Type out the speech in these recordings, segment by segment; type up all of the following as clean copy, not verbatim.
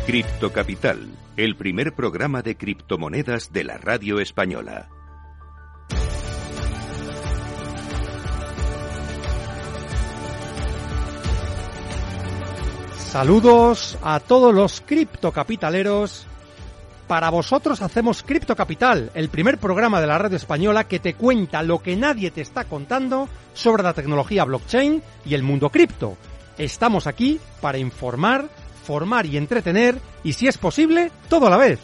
Cripto Capital, el primer programa de criptomonedas de la radio española. Saludos a todos los criptocapitaleros. Para vosotros hacemos Cripto Capital, el primer programa de la radio española que te cuenta lo que nadie te está contando sobre la tecnología blockchain y el mundo cripto. Estamos aquí para informar, formar y entretener, y si es posible, todo a la vez.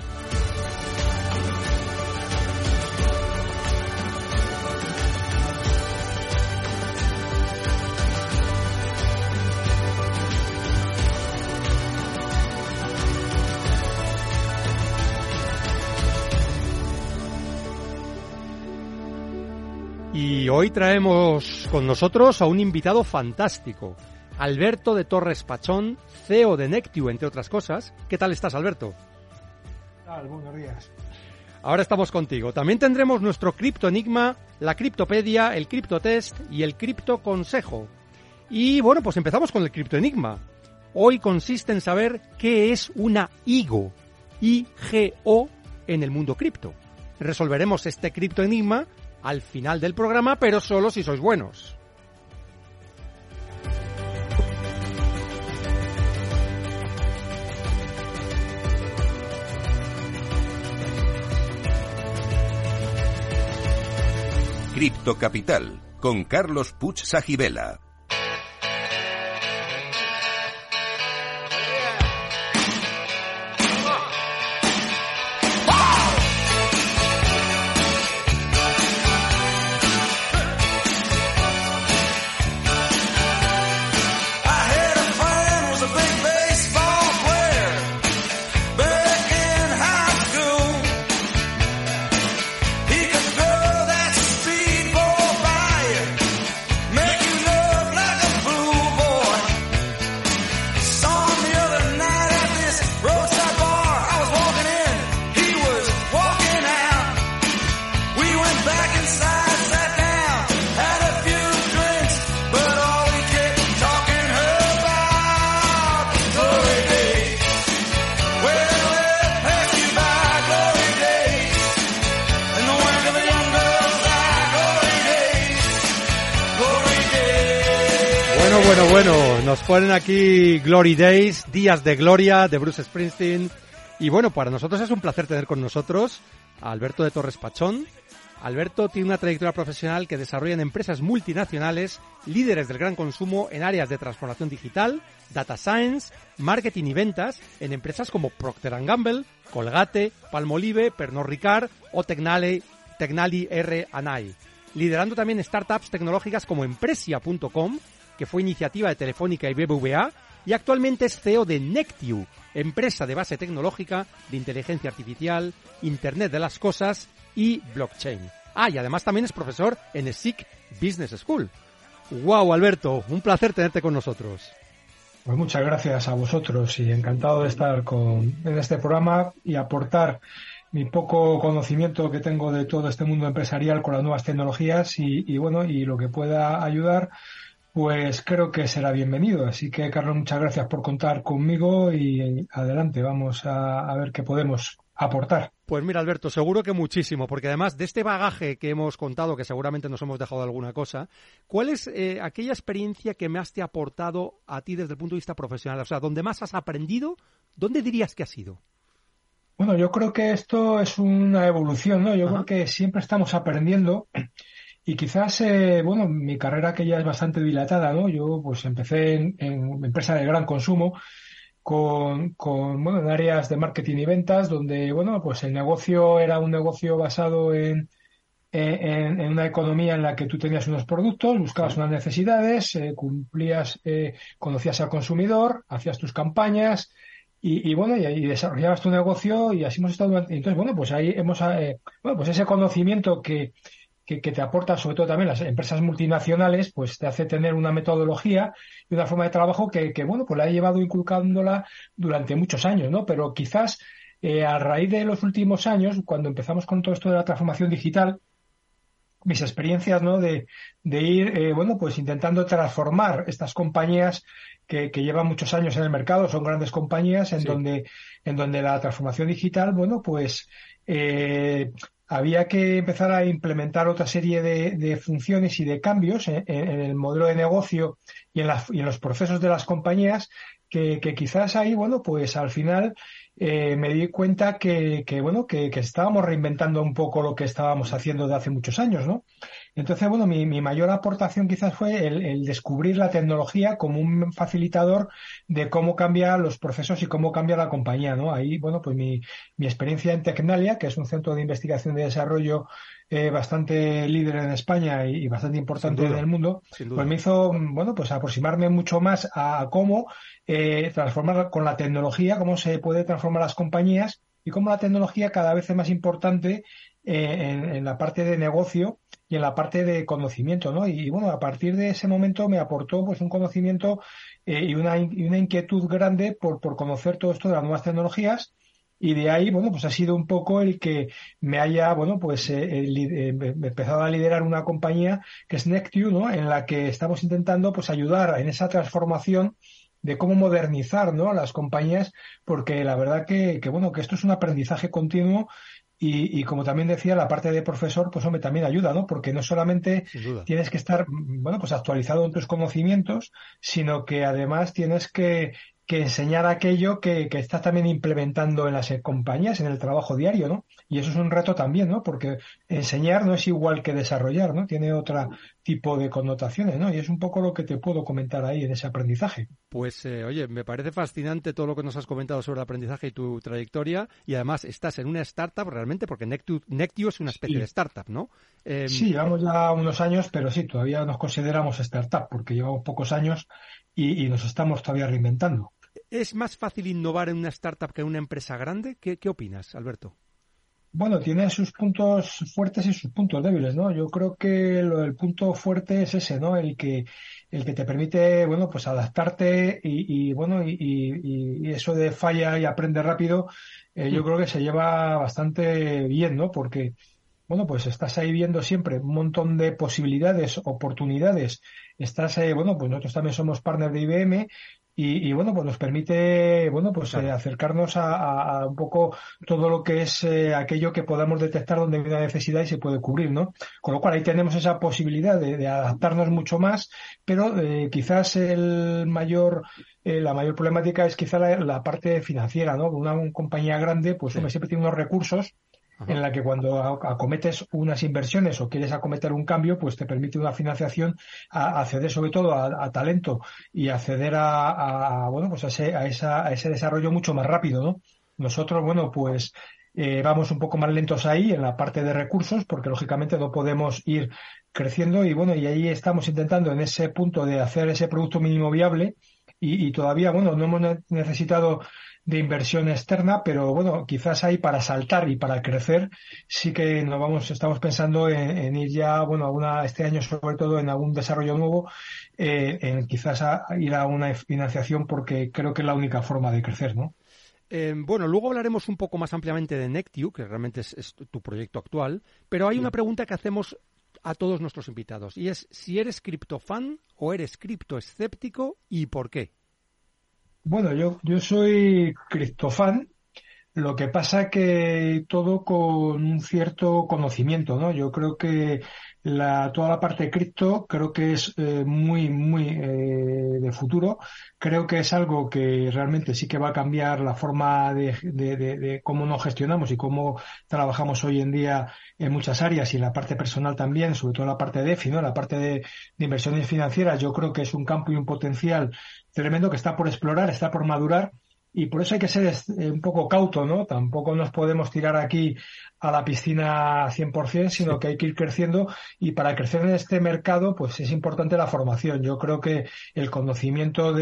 Y hoy traemos con nosotros a un invitado fantástico, Alberto de Torres Pachón, CEO de Nectiu, entre otras cosas. ¿Qué tal estás, Alberto? ¿Qué tal? Buenos días. Ahora estamos contigo. También tendremos nuestro Cripto Enigma, la Criptopedia, el Criptotest y el Cripto Consejo. Y bueno, pues empezamos con el Cripto Enigma. Hoy consiste en saber qué es una IGO, I-G-O, en el mundo cripto. Resolveremos este Cripto Enigma al final del programa, pero solo si sois buenos. Cripto Capital, con Carlos Puig Sajibela. Bueno, nos ponen aquí Glory Days, días de gloria de Bruce Springsteen. Y bueno, para nosotros es un placer tener con nosotros a Alberto de Torres Pachón. Alberto tiene una trayectoria profesional que desarrolla en empresas multinacionales, líderes del gran consumo en áreas de transformación digital, data science, marketing y ventas, en empresas como Procter & Gamble, Colgate, Palmolive, Pernod Ricard o Tecnali R&I. Liderando también startups tecnológicas como Empresia.com, que fue iniciativa de Telefónica y BBVA, y actualmente es CEO de Nectiu, empresa de base tecnológica de inteligencia artificial, Internet de las Cosas y blockchain. Y además también es profesor en SIC Business School. ¡Wow, Alberto! Un placer tenerte con nosotros. Pues muchas gracias a vosotros y encantado de estar en este programa y aportar mi poco conocimiento que tengo de todo este mundo empresarial con las nuevas tecnologías y lo que pueda ayudar, pues creo que será bienvenido. Así que, Carlos, muchas gracias por contar conmigo y adelante, vamos a ver qué podemos aportar. Pues mira, Alberto, seguro que muchísimo, porque además de este bagaje que hemos contado, que seguramente nos hemos dejado alguna cosa, ¿cuál es aquella experiencia que más te ha aportado a ti desde el punto de vista profesional? O sea, ¿dónde más has aprendido? ¿Dónde dirías que ha sido? Bueno, yo creo que esto es una evolución, ¿no? Yo creo que siempre estamos aprendiendo. Y quizás, mi carrera que ya es bastante dilatada, ¿no? Yo pues empecé en empresa de gran consumo en áreas de marketing y ventas donde, pues el negocio era un negocio basado en una economía en la que tú tenías unos productos, buscabas unas necesidades, cumplías, conocías al consumidor, hacías tus campañas y desarrollabas tu negocio y así hemos estado. Entonces, pues ahí hemos, pues ese conocimiento que te aporta sobre todo también las empresas multinacionales, pues te hace tener una metodología y una forma de trabajo que pues la he llevado inculcándola durante muchos años, ¿no? Pero quizás a raíz de los últimos años, cuando empezamos con todo esto de la transformación digital, mis experiencias, ¿no? De ir, bueno, pues intentando transformar estas compañías que llevan muchos años en el mercado, son grandes compañías Sí. en donde la transformación digital, bueno, pues había que empezar a implementar otra serie de funciones y de cambios en el modelo de negocio y en los procesos de las compañías que quizás ahí, bueno, pues al final me di cuenta bueno, que estábamos reinventando un poco lo que estábamos haciendo de hace muchos años, ¿no? Entonces, bueno, mi mayor aportación quizás fue el descubrir la tecnología como un facilitador de cómo cambia los procesos y cómo cambia la compañía, ¿no? Ahí, bueno, pues mi experiencia en Tecnalia, que es un centro de investigación y desarrollo bastante líder en España y bastante Sin importante en duda, el mundo, sin pues duda. me hizo, bueno, pues aproximarme mucho más a cómo transformar con la tecnología, cómo se puede transformar las compañías y cómo la tecnología cada vez es más importante en la parte de negocio y en la parte de conocimiento, ¿no? Y bueno, a partir de ese momento me aportó pues un conocimiento y una inquietud grande por conocer todo esto de las nuevas tecnologías. Y de ahí, bueno, pues ha sido un poco el que me haya, bueno, pues empezado a liderar una compañía que es Nectiu, ¿no? En la que estamos intentando, pues, ayudar en esa transformación de cómo modernizar, ¿no? Las compañías, porque la verdad bueno, que esto es un aprendizaje continuo y como también decía, la parte de profesor, pues hombre, también ayuda, ¿no? Porque no solamente Sin duda. tienes que estar, bueno, pues actualizado en tus conocimientos, sino que además tienes que enseñar aquello que estás también implementando en las compañías, en el trabajo diario, ¿no? Y eso es un reto también, ¿no? Porque enseñar no es igual que desarrollar, ¿no? Tiene otro tipo de connotaciones, ¿no? Y es un poco lo que te puedo comentar ahí en ese aprendizaje. Pues, oye, me parece fascinante todo lo que nos has comentado sobre el aprendizaje y tu trayectoria. Y además estás en una startup realmente, porque Nectio es una especie de Sí, startup, ¿no? sí, llevamos ya unos años, pero sí, todavía nos consideramos startup porque llevamos pocos años y nos estamos todavía reinventando. ¿Es más fácil innovar en una startup que en una empresa grande? ¿Qué opinas, Alberto? Bueno, tiene sus puntos fuertes y sus puntos débiles, ¿no? Yo creo que lo del punto fuerte es ese, ¿no? El que te permite, bueno, pues adaptarte bueno, y eso de falla y aprende rápido, yo creo que se lleva bastante bien, ¿no? Porque, bueno, pues estás ahí viendo siempre un montón de posibilidades, oportunidades. Estás, bueno, pues nosotros también somos partner de IBM bueno, pues nos permite, bueno, pues Claro. acercarnos a un poco todo lo que es aquello que podamos detectar donde hay una necesidad y se puede cubrir, ¿no? Con lo cual ahí tenemos esa posibilidad de adaptarnos mucho más, pero quizás la mayor problemática es quizá la parte financiera, ¿no? Una compañía grande, pues Sí. hombre, siempre tiene unos recursos Ajá. en la que cuando acometes unas inversiones o quieres acometer un cambio, pues te permite una financiación a acceder sobre todo a talento y acceder bueno, pues a ese desarrollo mucho más rápido, ¿no? Nosotros, bueno, pues vamos un poco más lentos ahí en la parte de recursos porque lógicamente no podemos ir creciendo y bueno, y ahí estamos intentando en ese punto de hacer ese producto mínimo viable y todavía, bueno, no hemos necesitado de inversión externa, pero bueno, quizás ahí para saltar y para crecer sí que estamos pensando en ir ya, bueno, este año sobre todo en algún desarrollo nuevo, en quizás ir a una financiación porque creo que es la única forma de crecer, ¿no? Bueno, luego hablaremos un poco más ampliamente de Nectiu, que realmente es tu proyecto actual, pero hay una Sí. pregunta que hacemos a todos nuestros invitados, y es si eres criptofan o eres criptoescéptico y por qué. Bueno, yo soy criptofan. Lo que pasa que todo con un cierto conocimiento, ¿no? Yo creo que toda la parte de cripto creo que es muy de futuro. Creo que es algo que realmente sí que va a cambiar la forma de cómo nos gestionamos y cómo trabajamos hoy en día en muchas áreas y en la parte personal también, sobre todo en la parte de DeFi, ¿no? La parte de inversiones financieras, yo creo que es un campo y un potencial tremendo que está por explorar, está por madurar y por eso hay que ser un poco cauto, ¿no? Tampoco nos podemos tirar aquí a la piscina 100%, Sí. sino que hay que ir creciendo y para crecer en este mercado, pues es importante la formación. Yo creo que el conocimiento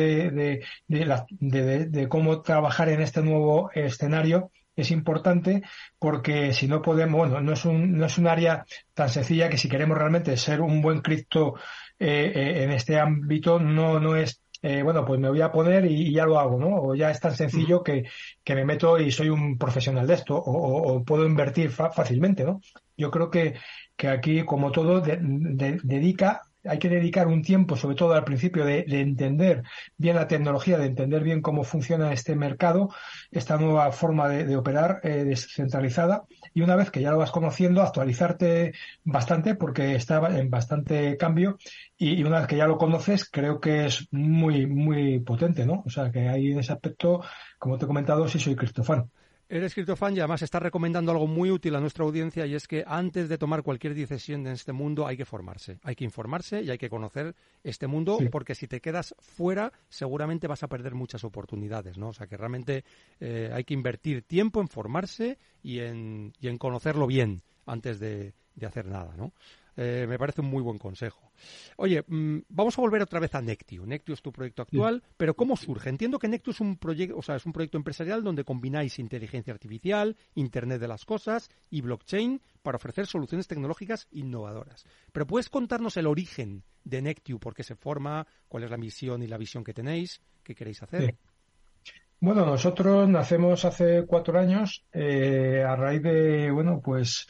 de cómo trabajar en este nuevo escenario es importante porque si no podemos, bueno, no es un área tan sencilla que si queremos realmente ser un buen cripto en este ámbito no es bueno, pues me voy a poner y ya lo hago, ¿no? O ya es tan sencillo que me meto y soy un profesional de esto, o puedo invertir fácilmente, ¿no? Yo creo que aquí, como todo, hay que dedicar un tiempo, sobre todo al principio, de entender bien la tecnología, de entender bien cómo funciona este mercado, esta nueva forma de operar descentralizada, y una vez que ya lo vas conociendo, actualizarte bastante porque está en bastante cambio, y una vez que ya lo conoces, creo que es muy, muy potente, ¿no? O sea, que ahí en ese aspecto, como te he comentado, sí soy criptofan. Eres criptofan y además está recomendando algo muy útil a nuestra audiencia, y es que antes de tomar cualquier decisión en este mundo hay que formarse. Hay que informarse y hay que conocer este mundo, Sí. porque si te quedas fuera seguramente vas a perder muchas oportunidades, ¿no? O sea que realmente hay que invertir tiempo en formarse y en conocerlo bien antes de hacer nada, ¿no? Me parece un muy buen consejo. Oye, vamos a volver otra vez a Nectiu. Nectiu es tu proyecto actual, pero ¿cómo surge? Entiendo que Nectiu es un proyecto, o sea, es un proyecto empresarial donde combináis inteligencia artificial, Internet de las cosas y blockchain para ofrecer soluciones tecnológicas innovadoras. Pero ¿puedes contarnos el origen de Nectiu? ¿Por qué se forma? ¿Cuál es la misión y la visión que tenéis? ¿Qué queréis hacer? Sí. Bueno, nosotros nacemos hace 4 años a raíz de, bueno, pues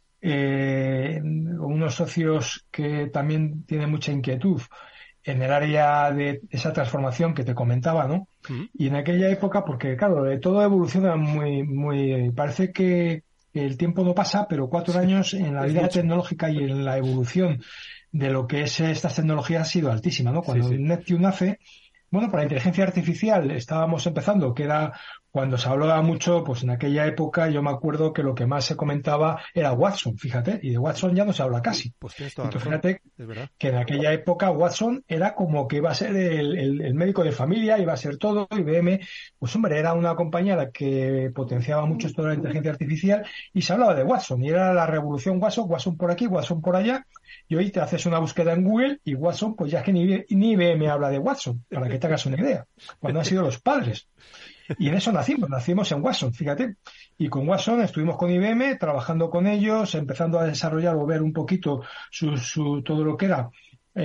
unos socios que también tienen mucha inquietud en el área de esa transformación que te comentaba, ¿no? Mm. Y en aquella época, porque claro, todo evoluciona muy, muy, parece que el tiempo no pasa, pero 4 años en la Es vida mucho. tecnológica y en la evolución de lo que es estas tecnologías ha sido altísima, ¿no? Sí, Cuando sí. Neptune nace, bueno, para la inteligencia artificial estábamos empezando, que era cuando se hablaba mucho, pues en aquella época yo me acuerdo que lo que más se comentaba era Watson, fíjate, y de Watson ya no se habla casi. Pues tienes toda la Entonces razón. fíjate Es verdad. que en aquella época Watson era como que iba a ser el médico de familia, iba a ser todo. IBM, pues hombre, era una compañía la que potenciaba mucho esto de la inteligencia artificial, y se hablaba de Watson y era la revolución Watson, Watson por aquí, Watson por allá, y hoy te haces una búsqueda en Google y Watson, pues ya es que ni IBM habla de Watson, para que te hagas una idea, cuando han sido los padres. Y en eso nacimos en Watson, fíjate. Y con Watson estuvimos con IBM, trabajando con ellos, empezando a desarrollar o ver un poquito todo lo que era,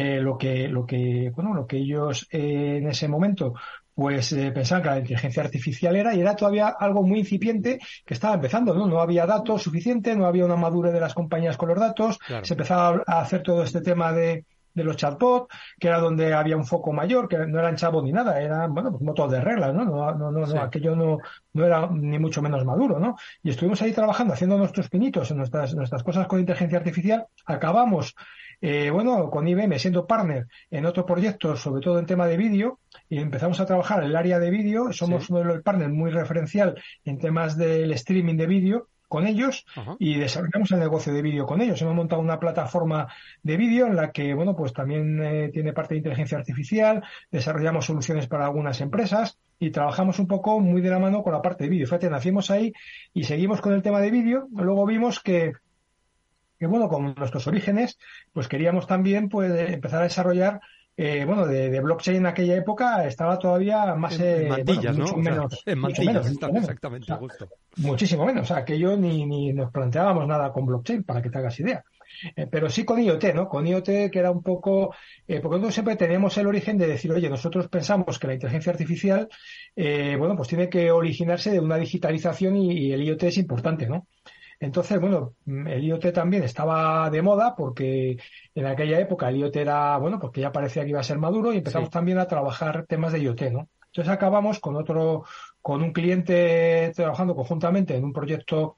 lo que ellos en ese momento pues pensaban que la inteligencia artificial era, y era todavía algo muy incipiente que estaba empezando, ¿no? No había datos suficientes, no había una madurez de las compañías con los datos, Claro. se empezaba a hacer todo este tema de los chatbots, que era donde había un foco mayor, que no eran chatbots ni nada, eran, bueno, pues motos de reglas, ¿no? Sí. Aquello no era ni mucho menos maduro, ¿no? Y estuvimos ahí trabajando, haciendo nuestros pinitos en nuestras cosas con inteligencia artificial. Acabamos, bueno, con IBM siendo partner en otros proyectos, sobre todo en tema de vídeo, y empezamos a trabajar en el área de vídeo. Somos Sí. uno de los partners muy referencial en temas del streaming de vídeo con ellos, Ajá. y desarrollamos el negocio de vídeo con ellos. Hemos montado una plataforma de vídeo en la que, bueno, pues también tiene parte de inteligencia artificial, desarrollamos soluciones para algunas empresas y trabajamos un poco muy de la mano con la parte de vídeo. Fíjate, nacimos ahí y seguimos con el tema de vídeo. Luego vimos que bueno, con nuestros orígenes, pues queríamos también pues empezar a desarrollar, bueno, de blockchain en aquella época estaba todavía más, En bueno, mantillas, ¿no? mucho O sea, menos, en mucho mantillas menos, está mucho menos. O exactamente, sea, justo. muchísimo menos. O sea, que yo ni nos planteábamos nada con blockchain, para que te hagas idea. Pero sí con IoT, ¿no? Con IoT, que era un poco, porque nosotros siempre tenemos el origen de decir, oye, nosotros pensamos que la inteligencia artificial, bueno, pues tiene que originarse de una digitalización, y el IoT es importante, ¿no? Entonces, bueno, el IoT también estaba de moda porque en aquella época el IoT era, bueno, porque ya parecía que iba a ser maduro, y empezamos Sí. también a trabajar temas de IoT, ¿no? Entonces acabamos con un cliente trabajando conjuntamente en un proyecto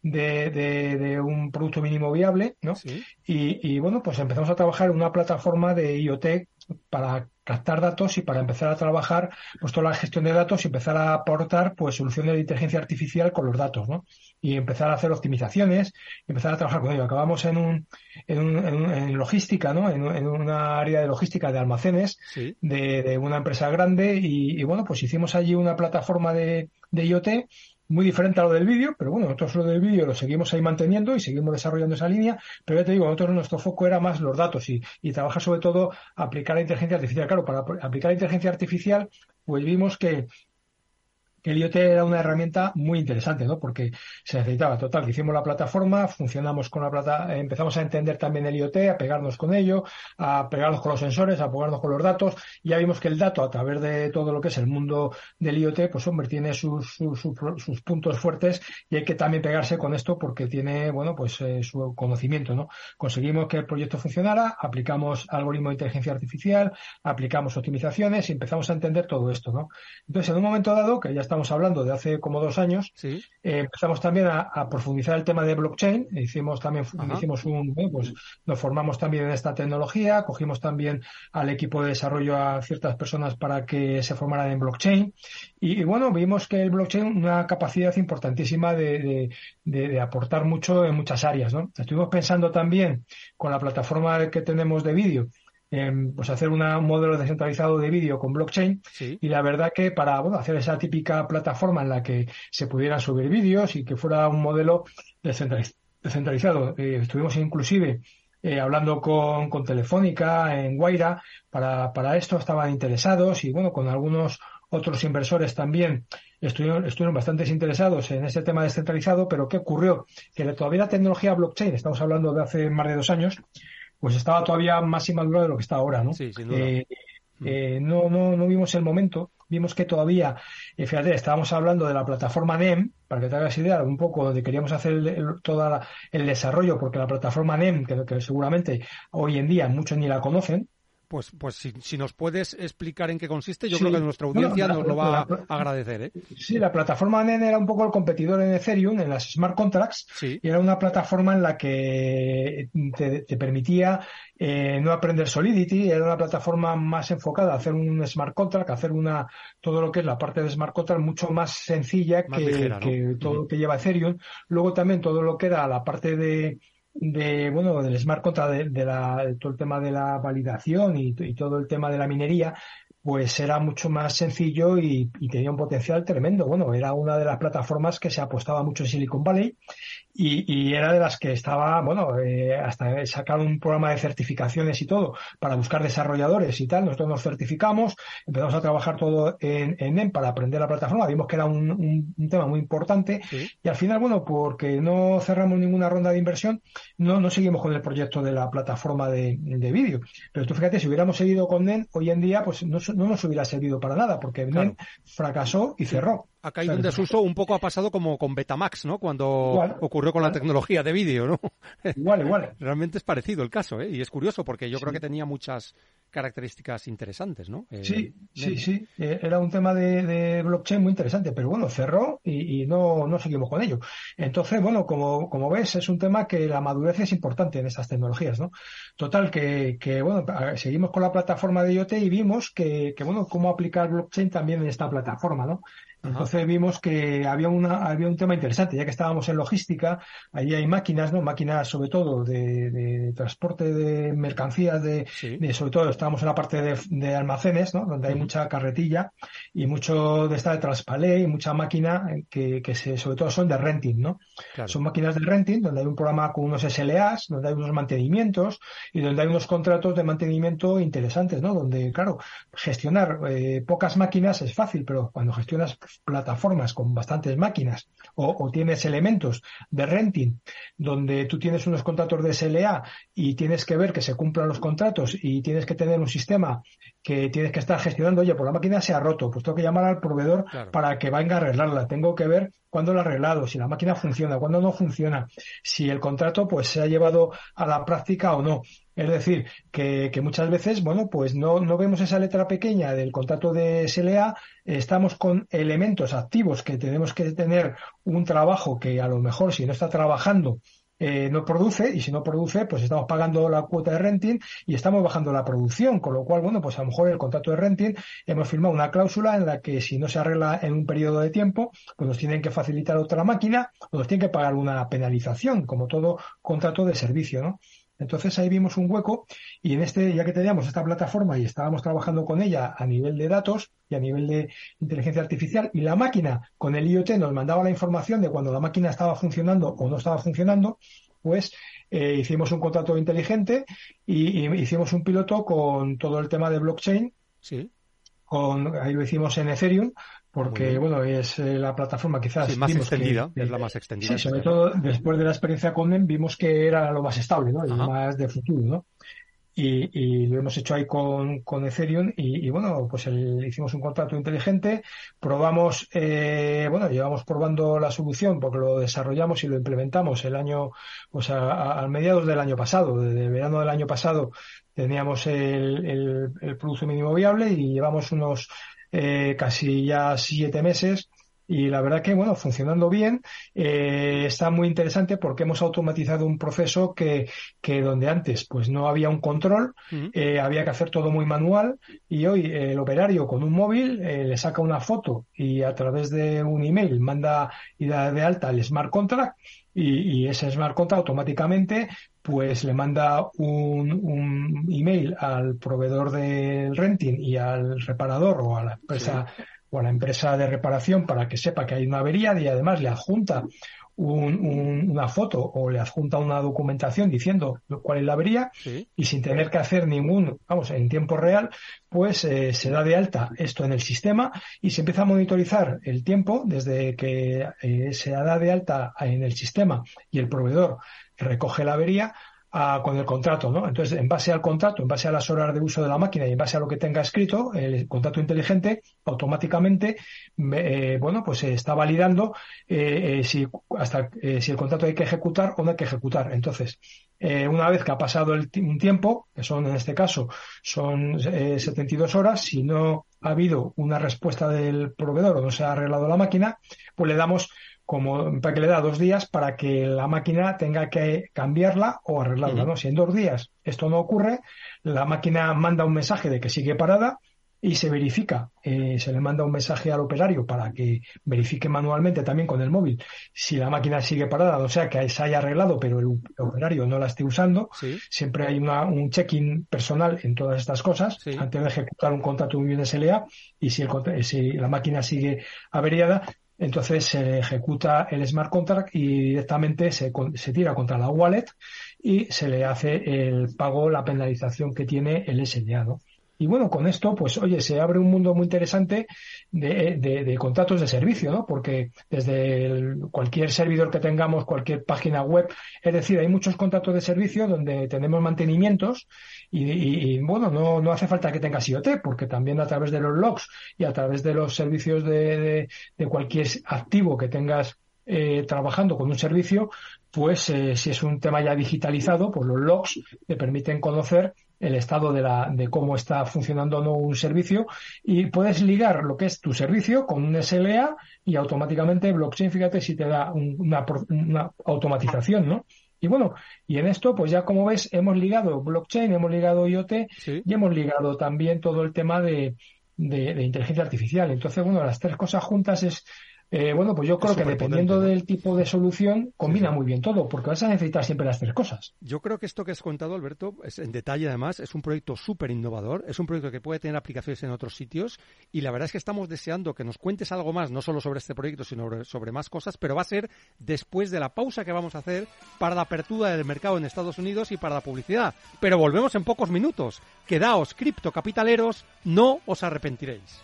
de un producto mínimo viable, ¿no? Sí. Y bueno, pues empezamos a trabajar en una plataforma de IoT para captar datos y para empezar a trabajar pues toda la gestión de datos y empezar a aportar pues soluciones de inteligencia artificial con los datos, ¿no? Y empezar a hacer optimizaciones, empezar a trabajar con ello. Acabamos en logística, ¿no? En una área de logística de almacenes Sí. de una empresa grande, y bueno, pues hicimos allí una plataforma de IoT muy diferente a lo del vídeo, pero bueno, nosotros lo del vídeo lo seguimos ahí manteniendo y seguimos desarrollando esa línea, pero ya te digo, nosotros nuestro foco era más los datos, y trabajar sobre todo aplicar la inteligencia artificial. Claro, para aplicar la inteligencia artificial, pues vimos que que el IoT era una herramienta muy interesante, ¿no? Porque se necesitaba, total, que hicimos la plataforma, funcionamos con la plataforma, empezamos a entender también el IoT, a pegarnos con ello, a pegarnos con los sensores, a pegarnos con los datos, y ya vimos que el dato, a través de todo lo que es el mundo del IoT, pues hombre, tiene sus puntos fuertes y hay que también pegarse con esto porque tiene, bueno, pues su conocimiento, ¿no? Conseguimos que el proyecto funcionara, aplicamos algoritmos de inteligencia artificial, aplicamos optimizaciones y empezamos a entender todo esto, ¿no? Entonces, en un momento dado, que ya estamos hablando de hace como 2 años, Sí. empezamos también a profundizar el tema de blockchain, bueno, pues nos formamos también en esta tecnología, cogimos también al equipo de desarrollo a ciertas personas para que se formaran en blockchain y bueno, vimos que el blockchain una capacidad importantísima de aportar mucho en muchas áreas, ¿no? Estuvimos pensando también con la plataforma que tenemos de vídeo, pues hacer un modelo descentralizado de vídeo con blockchain, Sí. y la verdad que para, bueno, hacer esa típica plataforma en la que se pudieran subir vídeos y que fuera un modelo descentralizado. Estuvimos inclusive hablando con Telefónica en Guaira para esto, estaban interesados y bueno, con algunos otros inversores también estuvieron bastante interesados en ese tema descentralizado, pero ¿qué ocurrió? Que todavía la tecnología blockchain, estamos hablando de hace más de 2 años, pues estaba todavía más inmadura de lo que está ahora, ¿no? Sí, sin duda. No vimos el momento, vimos que todavía, fíjate, estábamos hablando de la plataforma NEM, para que te hagas idea, un poco donde queríamos hacer todo el desarrollo, porque la plataforma NEM, que seguramente hoy en día muchos ni la conocen. Pues si nos puedes explicar en qué consiste, yo Sí. creo que nuestra audiencia nos lo va a agradecer, ¿eh? Sí, la plataforma NEM era un poco el competidor en Ethereum, en las smart contracts, Sí. y era una plataforma en la que te permitía no aprender Solidity, era una plataforma más enfocada a hacer un smart contract, a hacer todo lo que es la parte de smart contract mucho más sencilla Más ligera, ¿no? que todo lo que lleva Ethereum. Luego también todo lo que era la parte bueno, del smart contract, de todo el tema de la validación y todo el tema de la minería, pues era mucho más sencillo y tenía un potencial tremendo. Bueno, era una de las plataformas que se apostaba mucho en Silicon Valley y era de las que estaba, bueno, hasta sacar un programa de certificaciones y todo para buscar desarrolladores y tal. Nosotros nos certificamos, empezamos a trabajar todo en NEM para aprender la plataforma. Vimos que era un tema muy importante. Sí. Y al final, bueno, porque no cerramos ninguna ronda de inversión, no seguimos con el proyecto de la plataforma de vídeo. Pero tú fíjate, si hubiéramos seguido con NEM, hoy en día pues no nos hubiera servido para nada, porque Claro. NEM fracasó y cerró. Ha caído en desuso, un poco ha pasado como con Betamax, ¿no? Cuando Igual, ocurrió con la tecnología de vídeo, ¿no? Igual. Realmente es parecido el caso, ¿eh? Y es curioso porque yo creo que tenía muchas características interesantes, ¿no? Sí. Era un tema de blockchain muy interesante, pero bueno, cerró y no seguimos con ello. Entonces, bueno, como ves, es un tema que la madurez es importante en estas tecnologías, ¿no? Total, que bueno, seguimos con la plataforma de IoT y vimos que bueno, cómo aplicar blockchain también en esta plataforma, ¿no? Entonces vimos que había un tema interesante, ya que estábamos en logística, allí hay máquinas, ¿no? Máquinas sobre todo de transporte de mercancías, sobre todo estábamos en la parte de almacenes, ¿no? Donde hay mucha carretilla y mucho de esta de transpalé y mucha máquina que sobre todo son de renting, ¿no? Claro. Son máquinas de renting donde hay un programa con unos SLAs, donde hay unos mantenimientos y donde hay unos contratos de mantenimiento interesantes, ¿no? Donde, claro, gestionar pocas máquinas es fácil, pero cuando gestionas plataformas con bastantes máquinas o tienes elementos de renting donde tú tienes unos contratos de SLA y tienes que ver que se cumplan los contratos y tienes que tener un sistema que tienes que estar gestionando, oye, pues la máquina se ha roto, pues tengo que llamar al proveedor para que venga a arreglarla, tengo que ver cuándo lo ha arreglado, si la máquina funciona, cuándo no funciona, si el contrato pues se ha llevado a la práctica o no. Es decir, que muchas veces, bueno, pues no vemos esa letra pequeña del contrato de SLA, estamos con elementos activos que tenemos que tener un trabajo que a lo mejor si no está trabajando no produce, y si no produce, pues estamos pagando la cuota de renting y estamos bajando la producción, con lo cual, bueno, pues a lo mejor el contrato de renting hemos firmado una cláusula en la que si no se arregla en un periodo de tiempo, pues nos tienen que facilitar otra máquina o nos tienen que pagar una penalización, como todo contrato de servicio, ¿no? Entonces ahí vimos un hueco y ya que teníamos esta plataforma y estábamos trabajando con ella a nivel de datos y a nivel de inteligencia artificial y la máquina con el IoT nos mandaba la información de cuando la máquina estaba funcionando o no estaba funcionando, pues hicimos un contrato inteligente y hicimos un piloto con todo el tema de blockchain. Sí. Ahí lo hicimos en Ethereum porque bueno, es la plataforma quizás más extendida, es la más extendida. Sí, sobre todo después de la experiencia con NEM vimos que era lo más estable, ¿no? Y más de futuro, ¿no? Y lo hemos hecho ahí con Ethereum y bueno, pues hicimos un contrato inteligente, probamos, llevamos probando la solución porque lo desarrollamos y lo implementamos el año, pues a mediados del año pasado, desde verano del año pasado teníamos el producto mínimo viable y llevamos unos casi ya 7 meses. Y la verdad que, bueno, funcionando bien, está muy interesante porque hemos automatizado un proceso que donde antes pues no había un control, había que hacer todo muy manual y hoy el operario con un móvil le saca una foto y a través de un email manda y da de alta el smart contract y ese smart contract automáticamente pues le manda un email al proveedor del renting y al reparador o a la empresa o a la empresa de reparación para que sepa que hay una avería y además le adjunta una foto o le adjunta una documentación diciendo cuál es la avería y sin tener que hacer en tiempo real, pues se da de alta esto en el sistema y se empieza a monitorizar el tiempo desde que se da de alta en el sistema y el proveedor recoge la avería con el contrato, ¿no? Entonces, en base al contrato, en base a las horas de uso de la máquina y en base a lo que tenga escrito, el contrato inteligente automáticamente, pues se está validando si el contrato hay que ejecutar o no hay que ejecutar. Entonces, una vez que ha pasado un tiempo, que en este caso son 72 horas, si no ha habido una respuesta del proveedor o no se ha arreglado la máquina, pues le damos para que le da 2 días para que la máquina tenga que cambiarla o arreglarla, ¿no? Si en 2 días esto no ocurre, la máquina manda un mensaje de que sigue parada y se verifica, se le manda un mensaje al operario para que verifique manualmente también con el móvil si la máquina sigue parada, o sea que se haya arreglado pero el operario no la esté usando. Siempre hay un check-in personal en todas estas cosas antes de ejecutar un contrato de un SLA y si la máquina sigue averiada, entonces se ejecuta el smart contract y directamente se tira contra la wallet y se le hace el pago, la penalización que tiene el SLA, ¿no? Y bueno, con esto, pues oye, se abre un mundo muy interesante de contratos de servicio, ¿no? Porque desde cualquier servidor que tengamos, cualquier página web, es decir, hay muchos contratos de servicio donde tenemos mantenimientos y bueno, no hace falta que tengas IoT, porque también a través de los logs y a través de los servicios de cualquier activo que tengas trabajando con un servicio, pues si es un tema ya digitalizado, pues los logs te permiten conocer el estado de cómo está funcionando o no un servicio y puedes ligar lo que es tu servicio con un SLA y automáticamente blockchain, fíjate si te da una automatización, ¿no? Y bueno, y en esto, pues ya como ves, hemos ligado blockchain, hemos ligado IoT y hemos ligado también todo el tema de inteligencia artificial. Entonces, bueno, las 3 cosas juntas es... pues yo creo que dependiendo del tipo de solución combina muy bien todo, porque vas a necesitar siempre las 3 cosas. Yo creo que esto que has contado, Alberto, es en detalle además, es un proyecto súper innovador, es un proyecto que puede tener aplicaciones en otros sitios y la verdad es que estamos deseando que nos cuentes algo más, no solo sobre este proyecto, sino sobre más cosas, pero va a ser después de la pausa que vamos a hacer para la apertura del mercado en Estados Unidos y para la publicidad. Pero volvemos en pocos minutos. Quedaos, criptocapitaleros, no os arrepentiréis.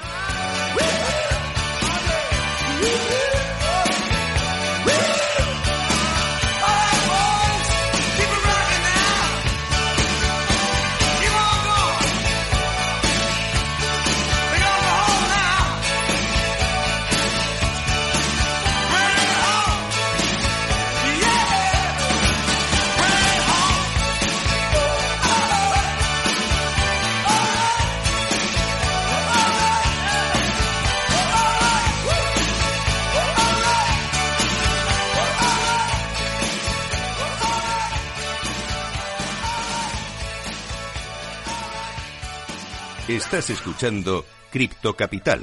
Estás escuchando Cripto Capital.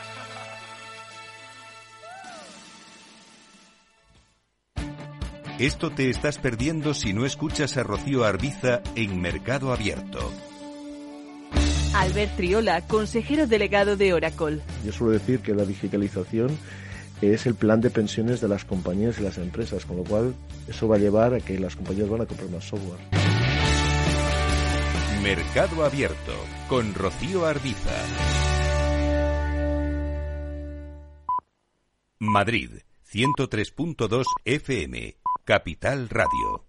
Esto te estás perdiendo si no escuchas a Rocío Arbiza en Mercado Abierto. Albert Triola, consejero delegado de Oracle. Yo suelo decir que la digitalización es el plan de pensiones de las compañías y las empresas, con lo cual eso va a llevar a que las compañías van a comprar más software. Mercado Abierto con Rocío Arbiza. Madrid, 103.2 FM, Capital Radio.